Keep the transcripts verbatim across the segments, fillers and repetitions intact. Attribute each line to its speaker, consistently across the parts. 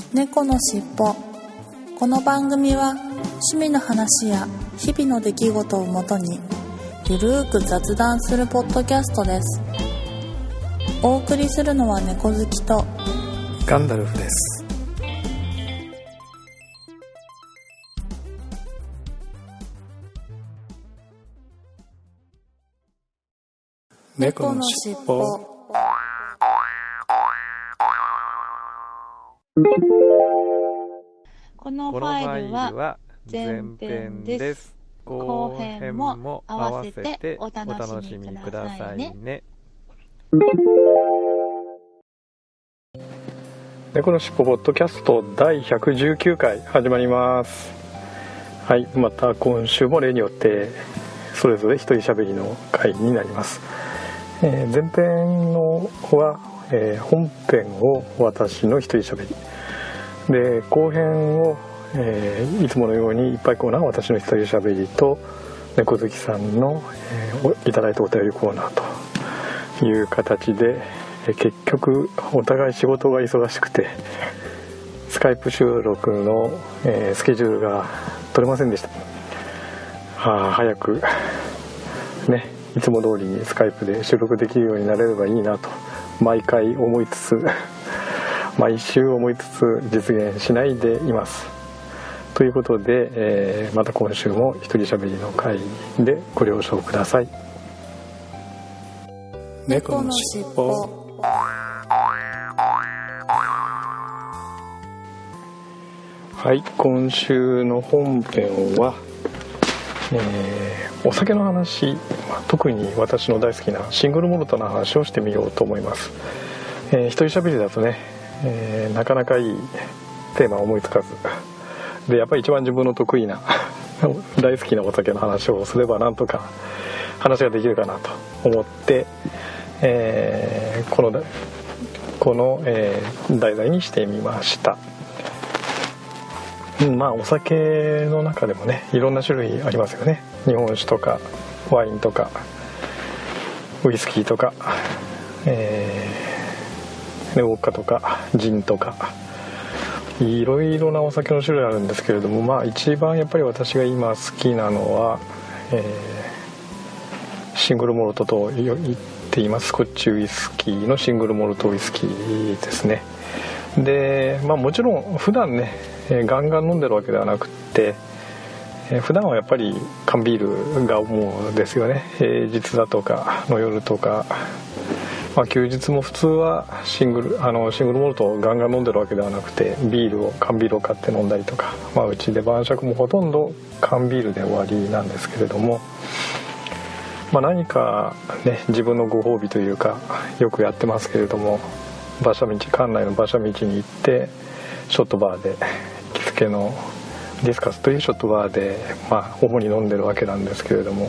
Speaker 1: 猫のしっぽ。この番組は趣味の話や日々の出来事をもとにゆるーく雑談するポッドキャストです。お送りするのは猫好きと
Speaker 2: ガンダルフです。
Speaker 1: 猫のしっぽ。このファイルは前編です。後編も合わせてお楽しみくださいね。
Speaker 2: 猫のしっぽポッドキャストだいひゃくじゅうきゅうかい始まります。はい、また今週も例によってそれぞれ一人喋りの回になります。えー、前編のは、えー、本編を私の一人喋りで、後編を、えー、いつものようにいっぱいコーナー私の一人喋りと猫好きさんの、えー、いただいたお便りコーナーという形で、えー、結局お互い仕事が忙しくてスカイプ収録の、えー、スケジュールが取れませんでした。はあ、早くねいつも通りにスカイプで収録できるようになれればいいなと毎回思いつつ毎週思いつつ実現しないでいます。ということで、えー、また今週も一人喋りの回でご了承ください。
Speaker 1: 猫のしっぽ。
Speaker 2: はい、今週の本編は、えー、お酒の話、特に私の大好きなシングルモルトの話をしてみようと思います。えー、一人喋りだとね、えー、なかなかいいテーマを思いつかずで、やっぱり一番自分の得意な大好きなお酒の話をすればなんとか話ができるかなと思って、えー、このこの、えー、題材にしてみました。うん、まあお酒の中でもねいろんな種類ありますよね。日本酒とかワインとかウイスキーとか、えー、ウォッカとかジンとかいろいろなお酒の種類あるんですけれども、まあ一番やっぱり私が今好きなのは、えー、シングルモルトと言っていますスコッチウイスキーのシングルモルトウイスキーですね。で、まあもちろん普段ねガンガン飲んでるわけではなくって、えー、普段はやっぱり缶ビールが主ですよね。平日だとかの夜とか、まあ、休日も普通はシングルあのシングルモルトをガンガン飲んでるわけではなくてビールを缶ビールを買って飲んだりとか、まあ、うちで晩酌もほとんど缶ビールで終わりなんですけれども、まあ、何かね自分のご褒美というかよくやってますけれども、馬車道館内の馬車道に行ってショットバーで行きつけのディスカスというショットバーで、まあ、主に飲んでるわけなんですけれども、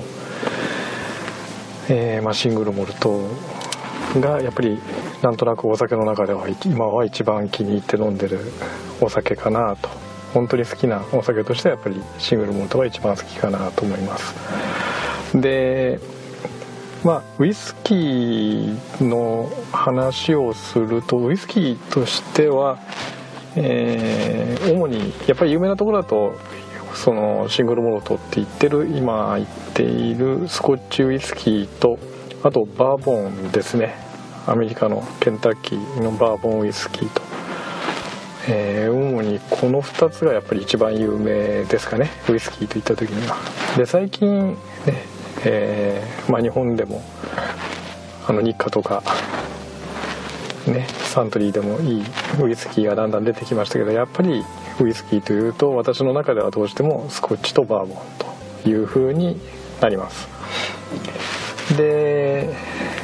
Speaker 2: えーまあ、シングルモルトがやっぱりなんとなくお酒の中では今は一番気に入って飲んでるお酒かなと。本当に好きなお酒としてはやっぱりシングルモルトが一番好きかなと思います。でまあウイスキーの話をするとウイスキーとしてはえー、主にやっぱり有名なところだとそのシングルモルトって言ってる今言っているスコッチウイスキーとあとバーボンですね。アメリカのケンタッキーのバーボンウイスキーと、えー、主にこのふたつがやっぱり一番有名ですかね、ウイスキーといった時には。で最近ね、えーまあ、日本でもあの日課とかね、サントリーでもいいウイスキーがだんだん出てきましたけど、やっぱりウイスキーというと私の中ではどうしてもスコッチとバーボンという風になります。で、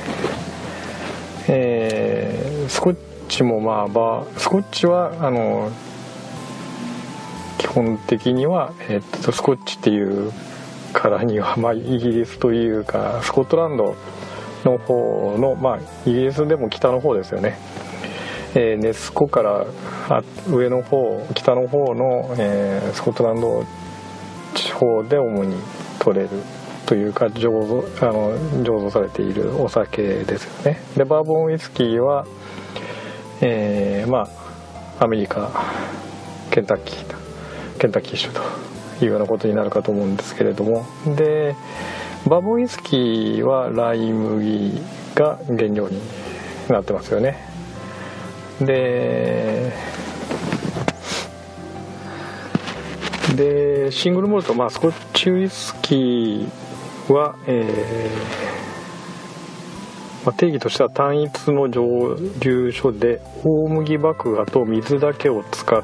Speaker 2: えー、スコッチもまあバースコッチはあの基本的には、えー、っとスコッチっていうからには、まあ、イギリスというかスコットランドの方の、まあ、イギリスでも北の方ですよね、えー、ネス湖から上の方北の方の、えー、スコットランド地方で主に取れるというか醸造、あの醸造されているお酒ですよね。でバーボンウイスキーは、えー、まあアメリカケンタッキーケンタッキー州というようなことになるかと思うんですけれども、でバーボンウイスキーはライ麦が原料になってますよね。ででシングルモルト、まあ、スコッチウイスキーは、えーまあ、定義としては単一の蒸留所で大麦麦芽と水だけを使って、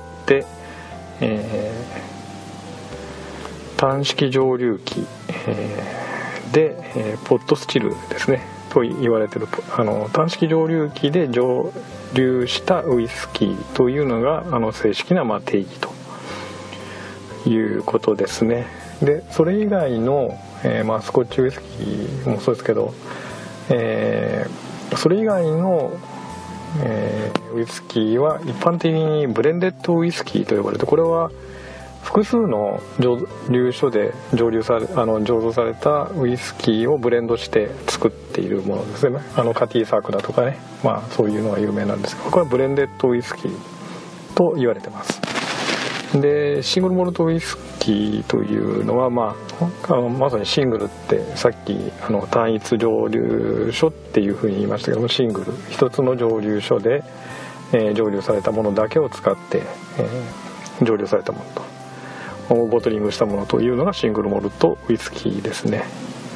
Speaker 2: えー、単式蒸留機、えー、で、えー、ポットスチルですねと言われているあの単式蒸留機で蒸留したウイスキーというのがあの正式なまあ定義ということですね。でそれ以外の、えーまあ、スコッチウイスキーもそうですけど、えー、それ以外の、えー、ウイスキーは一般的にブレンデッドウイスキーと呼ばれて、これは複数の蒸留所で蒸留されあの醸造されたウイスキーをブレンドして作っているものですね。あのカティサークだとかね、まあ、そういうのが有名なんですけど、これはブレンデッドウイスキーと言われてます。でシングルモルトウイスキーというのは、まあ、あのまさにシングルってさっきあの単一蒸留所っていうふうに言いましたけども、シングル一つの蒸留所で、えー、蒸留されたものだけを使って、えー、蒸留されたものとボトリングしたものというのがシングルモルトウイスキーですね。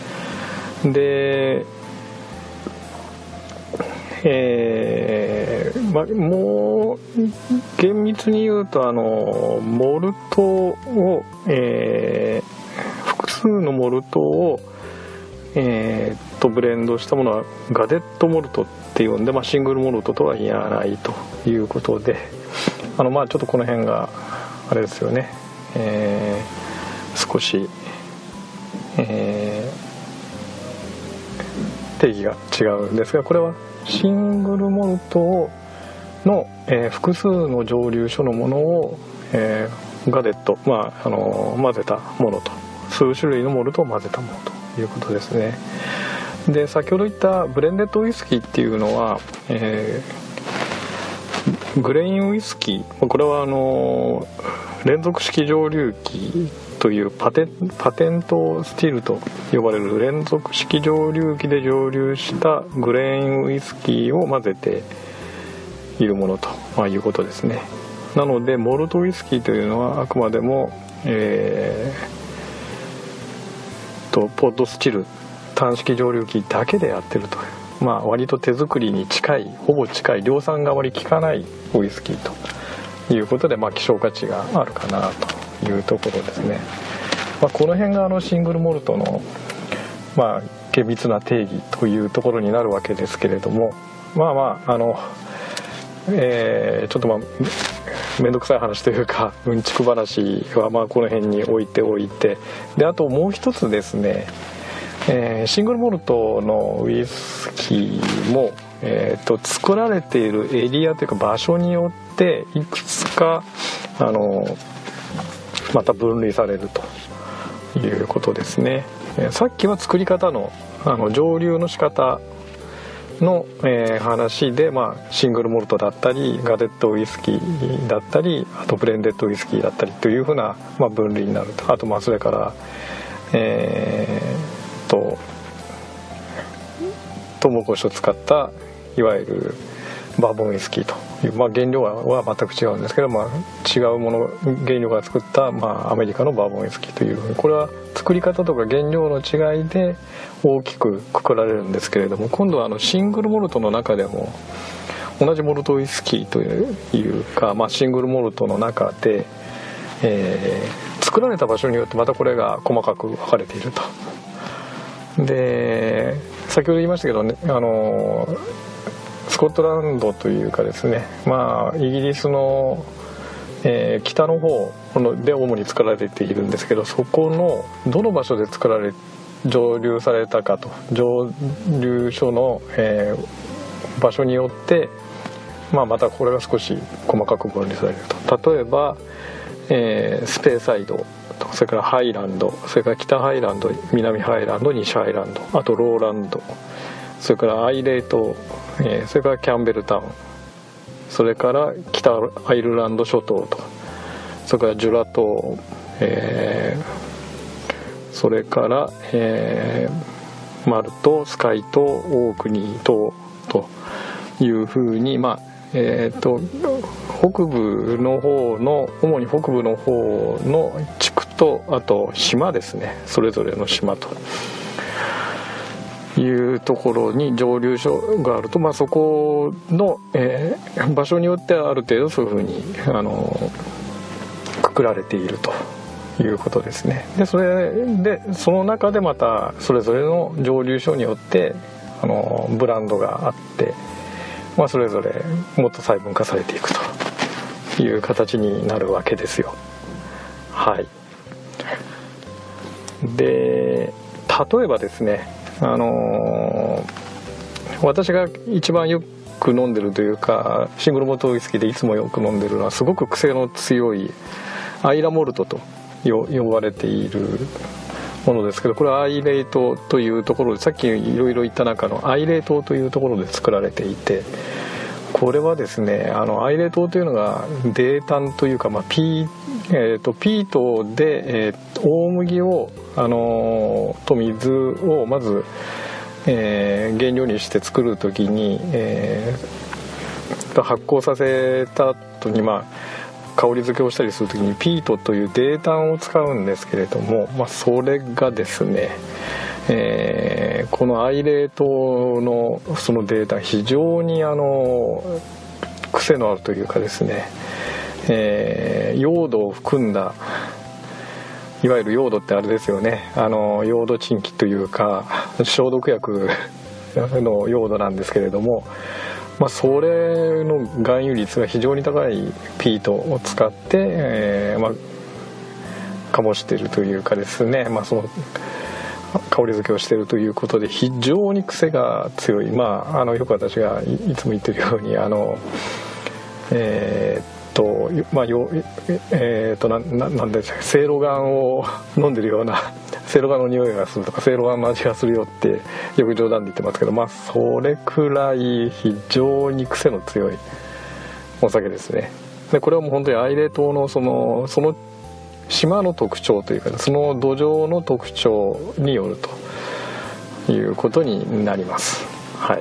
Speaker 2: でえーま、もう厳密に言うとあのモルトを、えー、複数のモルトを、えー、とブレンドしたものはガデットモルトって呼んで、まあ、シングルモルトとは言わないということで、あの、まあ、ちょっとこの辺があれですよね、えー、少し、えー、定義が違うんですが、これはシングルモルトの、えー、複数の蒸留所のものを、えー、ガデット、まあ、あの混ぜたものと、数種類のモルトを混ぜたものということですね。で先ほど言ったブレンデッドウイスキーっていうのは、えー、グレインウイスキー、これはあの連続式蒸留機というパテ、パテントスティルと呼ばれる連続式蒸留機で蒸留したグレインウイスキーを混ぜているものと、まあ、いうことですね。なのでモルトウイスキーというのはあくまでも、えー、とポットスチル単式蒸留機だけでやってると、まあ、割と手作りに近い、ほぼ近い、量産があまり効かないウイスキーということで、まあ、希少価値があるかなというところですね。まあ、この辺があのシングルモルトの、まあ、厳密な定義というところになるわけですけれども、まあまああの、えー、ちょっとまあ面倒くさい話というかうんちく話はまあこの辺に置いておいて、であともう一つですね、えー、シングルモルトのウイスキーも、えー、と作られているエリアというか場所によっていくつかあのまた分類されるということですね。えー、さっきは作り方の、あの蒸留の仕方の、えー、話で、まあ、シングルモルトだったりガデットウイスキーだったり、あとブレンデッドウイスキーだったりというふうな、まあ、分類になると。あとまあそれからえー、とトウモロコシを使ったいわゆるバーボンウイスキーという、まあ、原料は全く違うんですけど、まあ、違うもの原料が作った、まあ、アメリカのバーボンウイスキーというふうに、これは作り方とか原料の違いで大きくくくられるんですけれども、今度はあのシングルモルトの中でも同じモルトウイスキーというか、まあ、シングルモルトの中で、えー、作られた場所によってまたこれが細かく分かれていると。で先ほど言いましたけどね、あのスコットランドというかですね、まあイギリスの、えー、北の方で主に作られているんですけど、そこのどの場所で作られ蒸留されたかと、蒸留所の、えー、場所によって、まあ、またこれが少し細かく分離されると。例えば、えー、スペーサイドと、それからハイランド、それから北ハイランド、南ハイランド、西ハイランド、あとローランド、それからアイレイト、えー、それからキャンベルタウンそれから北アイルランド諸島と、それからジュラ島、えー、それから、えー、マル島、スカイ島、オークニー島というふうに、まあえー、と北部の方の主に北部の方の地区と、あと島ですね、それぞれの島というところに蒸留所があると、まあ、そこの、えー、場所によってはある程度そういうふうにあのくくられているということですね。でそれでその中でまたそれぞれの蒸留所によってあのブランドがあって、まあ、それぞれもっと細分化されていくという形になるわけですよ。はい。で例えばですね、あのー、私が一番よく飲んでるというかシングルモルトウイスキーでいつもよく飲んでるのはすごく癖の強いアイラモルトと呼ばれているものですけど、これはアイレイ島というところで、さっきいろいろ言った中のアイレイ島というところで作られていて、これはですね、あのアイレイ島というのが泥炭というか、まあ、ピー、えーと、ピートで、えー、大麦を、あのー、と水をまず、えー、原料にして作るときに、えー、発酵させた後に、まあ香り付けをしたりするときにピートという泥炭を使うんですけれども、まあ、それがですね、えー、このアイレイ島のその泥炭非常にあの癖のあるというかですね、えー、ヨードを含んだ、いわゆるヨードってあれですよね、あのヨード鎮気というか消毒薬のヨードなんですけれども、まあ、それの含有率が非常に高いピートを使って、えーまあ、醸しているというかですね、まあ、その香り付けをしているということで非常に癖が強い、まあ、あのよく私がいつも言ってるようにあの、えーとまあよえー、となななんでせいろがんを飲んでるようなせいろがんの匂いがするとかせいろがんの味がするよってよく冗談で言ってますけど、まあそれくらい非常に癖の強いお酒ですね。でこれはもう本当にアイレイ島のそのその島の特徴というか、その土壌の特徴によるということになります。はい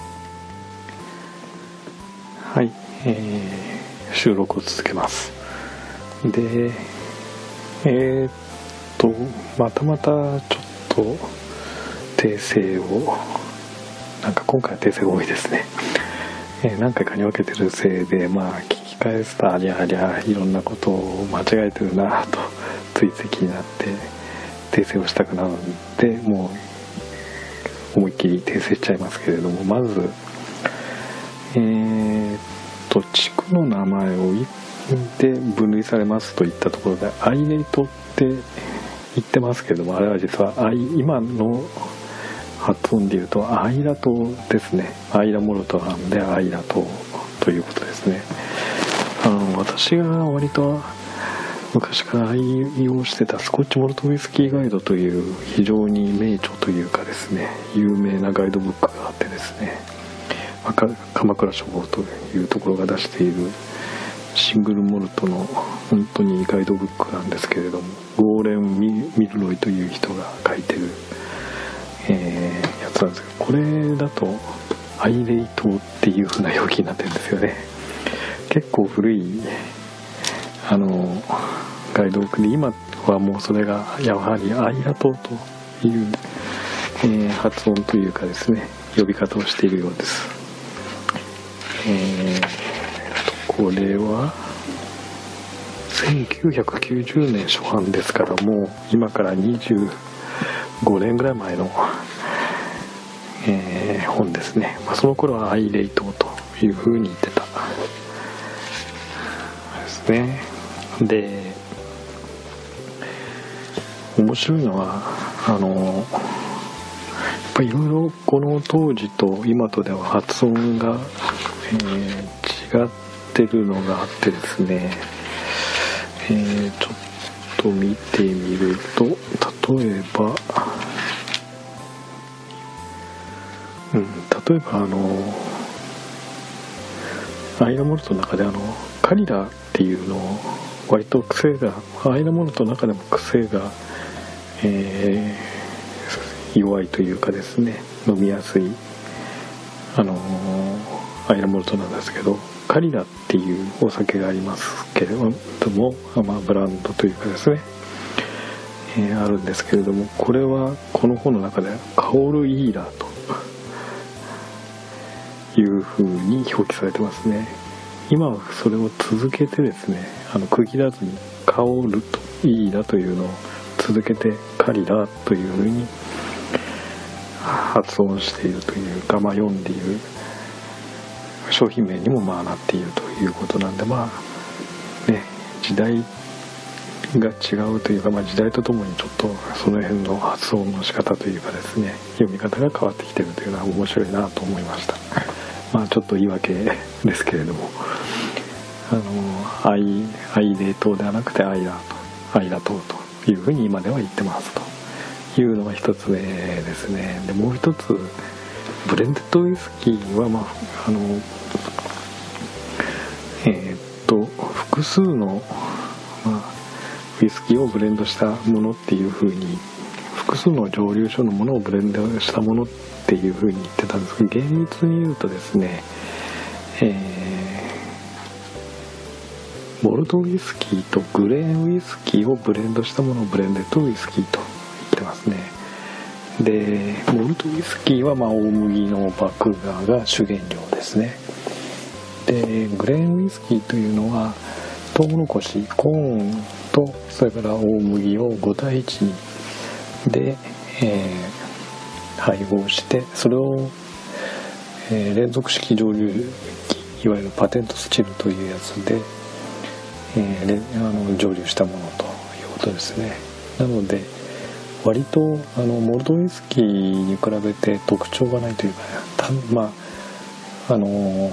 Speaker 2: はい、えー収録を続けます。でえー、っとまたまたちょっと訂正をなんか今回は訂正が多いですね、えー、何回かに分けてるせいで、まあ聞き返すとありゃありゃいろんなことを間違えてるなとついつい気になって訂正をしたくなるので、もう思いっきり訂正しちゃいますけれども、まずえー地区の名前を言って分類されますといったところでアイレイ島って言ってますけども、あれは実はアイ今の発音で言うとアイラ島ですね。アイラモルトなんでアイラ島ということですね。あの私が割と昔から愛用してたスコッチモルトウイスキーガイドという非常に名著というかですね、有名なガイドブックがあってですね、鎌倉書房というところが出しているシングルモルトの本当にガイドブックなんですけれども、ウォーレン・ミルロイという人が書いてる、えー、やつなんですけど、これだとアイレイ島っていう風な表記になってるんですよね。結構古いあのガイドブックで、今はもうそれがやはりアイラ島という、えー、発音というかですね、呼び方をしているようです。えー、これはせんきゅうひゃくきゅうじゅうねん初版ですから、もう今からにじゅうごねんぐらい前の、えー、本ですね。まあ、その頃はアイレイ島という風に言ってたですね。で面白いのはあのいろいろこの当時と今とでは発音が、えー、違ってるのがあってですね、えー、ちょっと見てみると、例えば、うん、例えばあのアイラモルトの中であのカリラっていうのを割と癖がアイラモルトの中でも癖が、えー、弱いというかですね、飲みやすいあのアイラモルトなんですけど、カリラっていうお酒がありますけれども、まあ、ブランドというかですね、えー、あるんですけれども、これはこの本の中でカオルイーラという風に表記されてますね。今はそれを続けてですね、あの区切らずにカオルとイーラというのを続けてカリラという風に発音しているというか、まあ、読んでいる商品名にもまあなっているということなんで、まあね、時代が違うというか、まあ、時代とともにちょっとその辺の発音の仕方というかですね、読み方が変わってきているというのは面白いなと思いました。まあちょっと言い訳ですけれども、あのアイアイレートではなくてアイラとアイラ島というふうに今では言ってますというのが一つ目ですね。でもう一つ、ブレンデッドウイスキーはまああのえー、っと複数の、まあ、ウイスキーをブレンドしたものっていう風に、複数の蒸留所のものをブレンドしたものっていう風に言ってたんですけど、厳密に言うとですね、えー、モルトウイスキーとグレーンウイスキーをブレンドしたものをブレンデッドウイスキーと言ってますね。でモルトウイスキーはまあ大麦の麦芽が主原料ですね。でグレーンウイスキーというのはトウモロコシ、コーンとそれから大麦をごたいいちで、えー、配合して、それを、えー、連続式蒸留機、いわゆるパテントスチルというやつで、えー、あの蒸留したものということですね。なので割とあのモルトウイスキーに比べて特徴がないというか、たまああのー、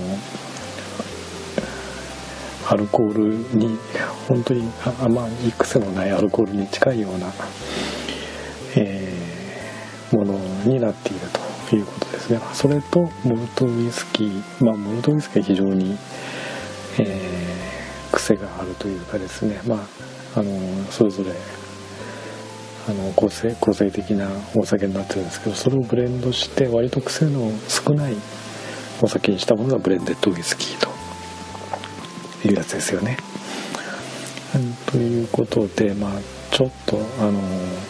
Speaker 2: アルコールに本当にあまり癖のないアルコールに近いような、えー、ものになっているということですね。それとモルトウイスキー、まあモルトウイスキーは非常に、えー、癖があるというかですね、まああのそれぞれあの個性個性的なお酒になってるんですけど、それをブレンドして割と癖の少ないお酒にしたものがブレンデッドウイスキーというやつですよね。ということで、まあちょっとあの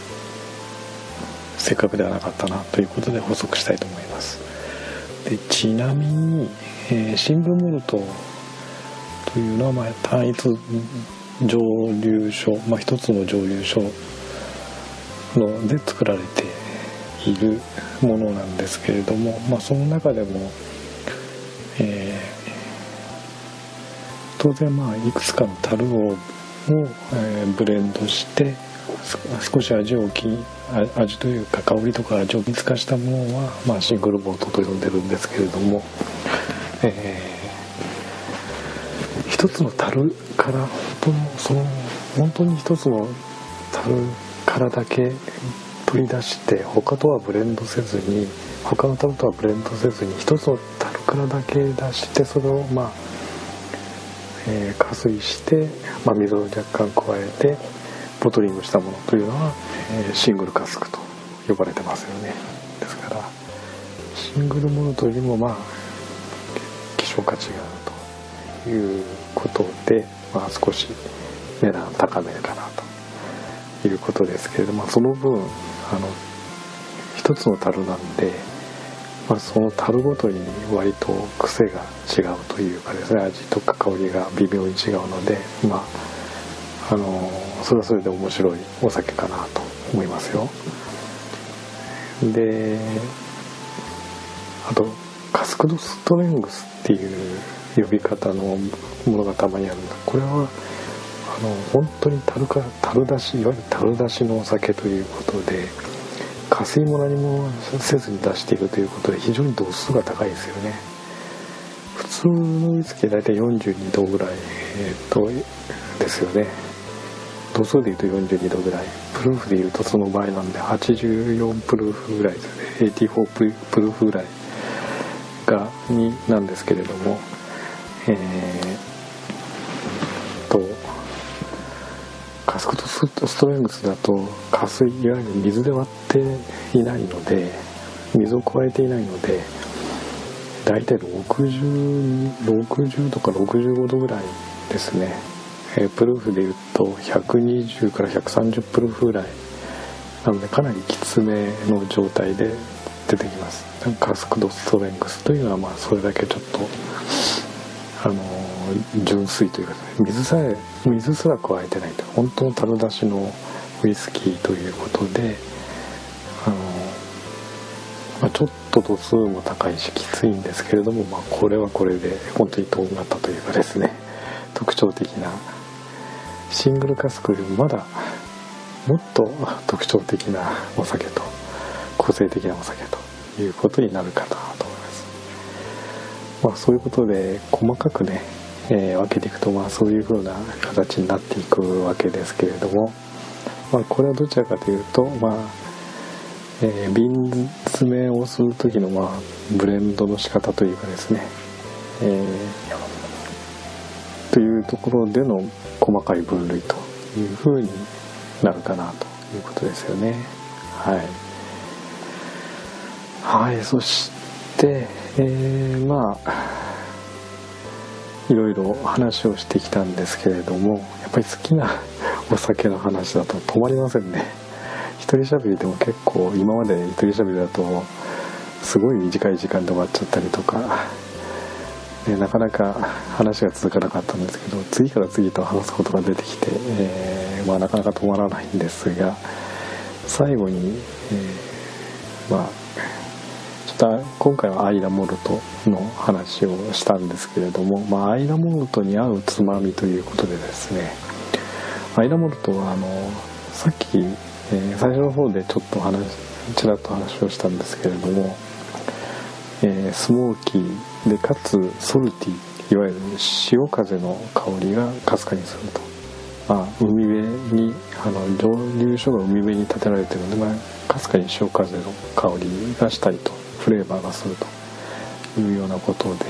Speaker 2: せっかくではなかったなということで補足したいと思います。でちなみに、えー、シングルモルトというのは、まあ、単一蒸留所、まあ、一つの蒸留所ので作られているものなんですけれども、まあ、その中でも、えー、当然まあいくつかの樽を、えー、ブレンドして少し味をき味というか香りとか味を見つかしたものは、まあ、シングルモルトと呼んでるんですけれども、えー、一つの樽から本当のその本当に一つの樽からだけ取り出して他とはブレンドせずに他の樽とはブレンドせずに一つの樽からだけ出してそれをまあ、えー、加水して、まあ、水を若干加えてボトリングしたものというのは、えー、シングルカスクと呼ばれてますよね。ですからシングルモルトよりもまあ希少価値があるということで、まあ、少し値段高めかなということですけれども、その分あの一つの樽なんで、まあ、その樽ごとに割と癖が違うというかですね、味とか香りが微妙に違うので、まああのそれはそれで面白いお酒かなと思いますよ。であとカスクドストレングスっていう呼び方のものがたまにあるんだ。これはあの本当に樽から樽出し、いわゆる樽出しのお酒ということで、加水も何もせずに出しているということで非常に度数が高いですよね。普通のウイスキーは大体よんじゅうにどぐらい、えー、とですよね。度数でいうとよんじゅうにどぐらい、プルーフでいうとその場合なんではちじゅうよんプルーフぐらいですね。はちじゅうよんプルーフぐらいがになんですけれども、 えー、とカスクとストレングスだと加水、いわゆる水で割っていないので、水を加えていないので、だいたいろくじゅう、ろくじゅうとかろくじゅうごどぐらいですね。えー、プルーフでいうとひゃくにじゅうからひゃくさんじゅうプルーフぐらいなので、かなりきつめの状態で出てきます。カスクドストレングスというのは、まあそれだけちょっとあの純粋というか、水さえ水すら加えてないと、本当の樽出しのウイスキーということで、あの、まあ、ちょっと度数も高いしきついんですけれども、まあ、これはこれで本当にとんがったというかですね、特徴的な、シングルカスクよりもまだもっと特徴的なお酒と、個性的なお酒ということになるかなと思います。まあ、そういうことで細かくね、えー、分けていくと、まあそういう風な形になっていくわけですけれども、まあ、これはどちらかというと、まあえー、瓶詰めをする時の、まあ、ブレンドの仕方というかですね、えー、というところでの細かい分類という風になるかなということですよね。はいはい。そして、えー、まあいろいろ話をしてきたんですけれども、やっぱり好きなお酒の話だと止まりませんね。一人喋りでも結構、今まで一人喋りだとすごい短い時間で終わっちゃったりとか、ね、なかなか話が続かなかったんですけど、次から次と話すことが出てきて、えーまあ、なかなか止まらないんですが、最後に、えー、まあちょっと今回はアイラモルトの話をしたんですけれども、まあ、アイラモルトに合うつまみということでですね、アイラモルトはあのさっき、えー、最初の方でちょっと話ちらっと話をしたんですけれども、えー、スモーキーでかつソルティ、いわゆる潮風の香りがかすかにすると、まあ、海辺にあの蒸留所が海辺に建てられているので、まあ、かすかに潮風の香りがしたりと、フレーバーがするというようなことで、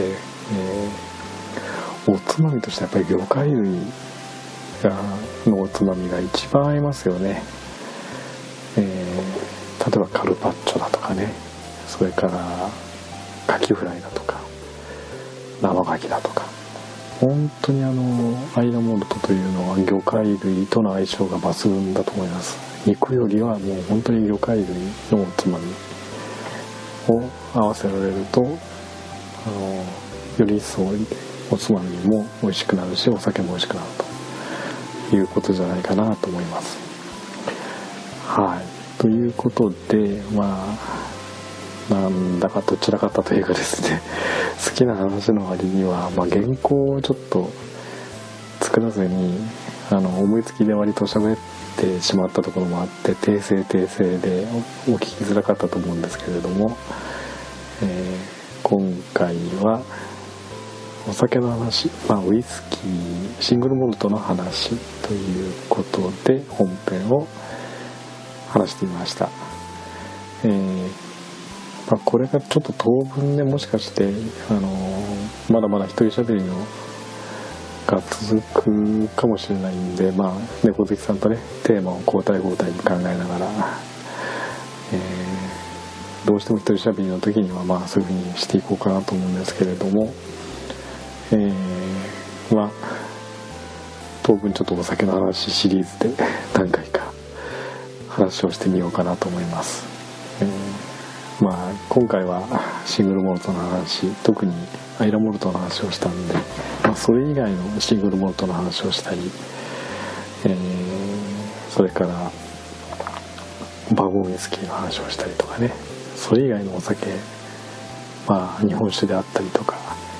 Speaker 2: えー、おつまみとしてはやっぱり魚介類がのおつまみが一番合いますよね。えー、例えばカルパッチョだとかね、それからカキフライだとか生ガキだとか、本当にあのアイラモルトというのは魚介類との相性が抜群だと思います。肉よりはもう本当に魚介類のおつまみを合わせられると、あのより一層おつまみも美味しくなるし、お酒も美味しくなるということじゃないかなと思います。はい、ということで、まあなんだかどちらかったというかですね、好きな話の割には、まあ、原稿をちょっと作らずにあの思いつきで割と喋ってしまったところもあって、訂正訂正でお聞きづらかったと思うんですけれども、えー、今回はお酒の話、まあ、ウイスキーシングルモルトの話ということで本編を話してみました。えーまあ、これがちょっと当分ね、もしかして、あのー、まだまだ一人喋りのが続くかもしれないんで、まあ、猫好きさんとねテーマを交代交代に考えながら、えー、どうしても一人喋りの時にはまあそういう風にしていこうかなと思うんですけれども、えー、まあ当分ちょっとお酒の話シリーズで何回か話をしてみようかなと思います。えー、まあ今回はシングルモルトの話、特にアイラモルトの話をしたんで、まあ、それ以外のシングルモルトの話をしたり、えー、それからバーボンウイスキーの話をしたりとかね、それ以外のお酒、まあ日本酒であったりとか、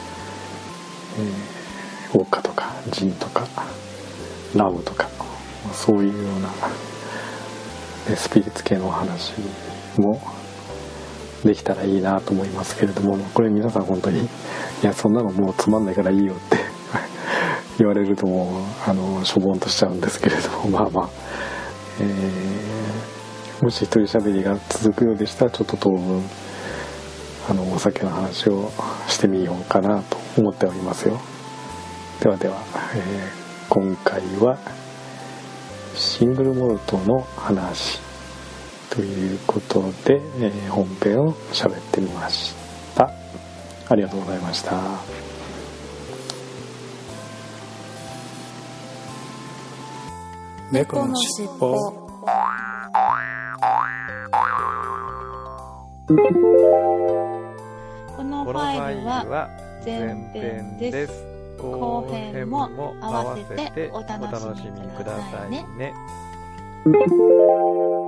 Speaker 2: えー、ウォッカとかジンとかラムとか、そういうような、ね、スピリッツ系のお話もできたらいいなと思いますけれども、これ皆さん本当にいやそんなのもうつまんないからいいよって言われるともうあのしょぼんとしちゃうんですけれども、まあまあ、えー、もし一人喋りが続くようでしたらちょっと当分あのお酒の話をしてみようかなと思っておりますよ。 ではでは、えー、今回はシングルモルトの話ということで、えー、本編を喋ってみました。ありがとうございました。
Speaker 1: 猫のしっぽ。このファイルは前編です。後編も合わせてお楽しみくださいね。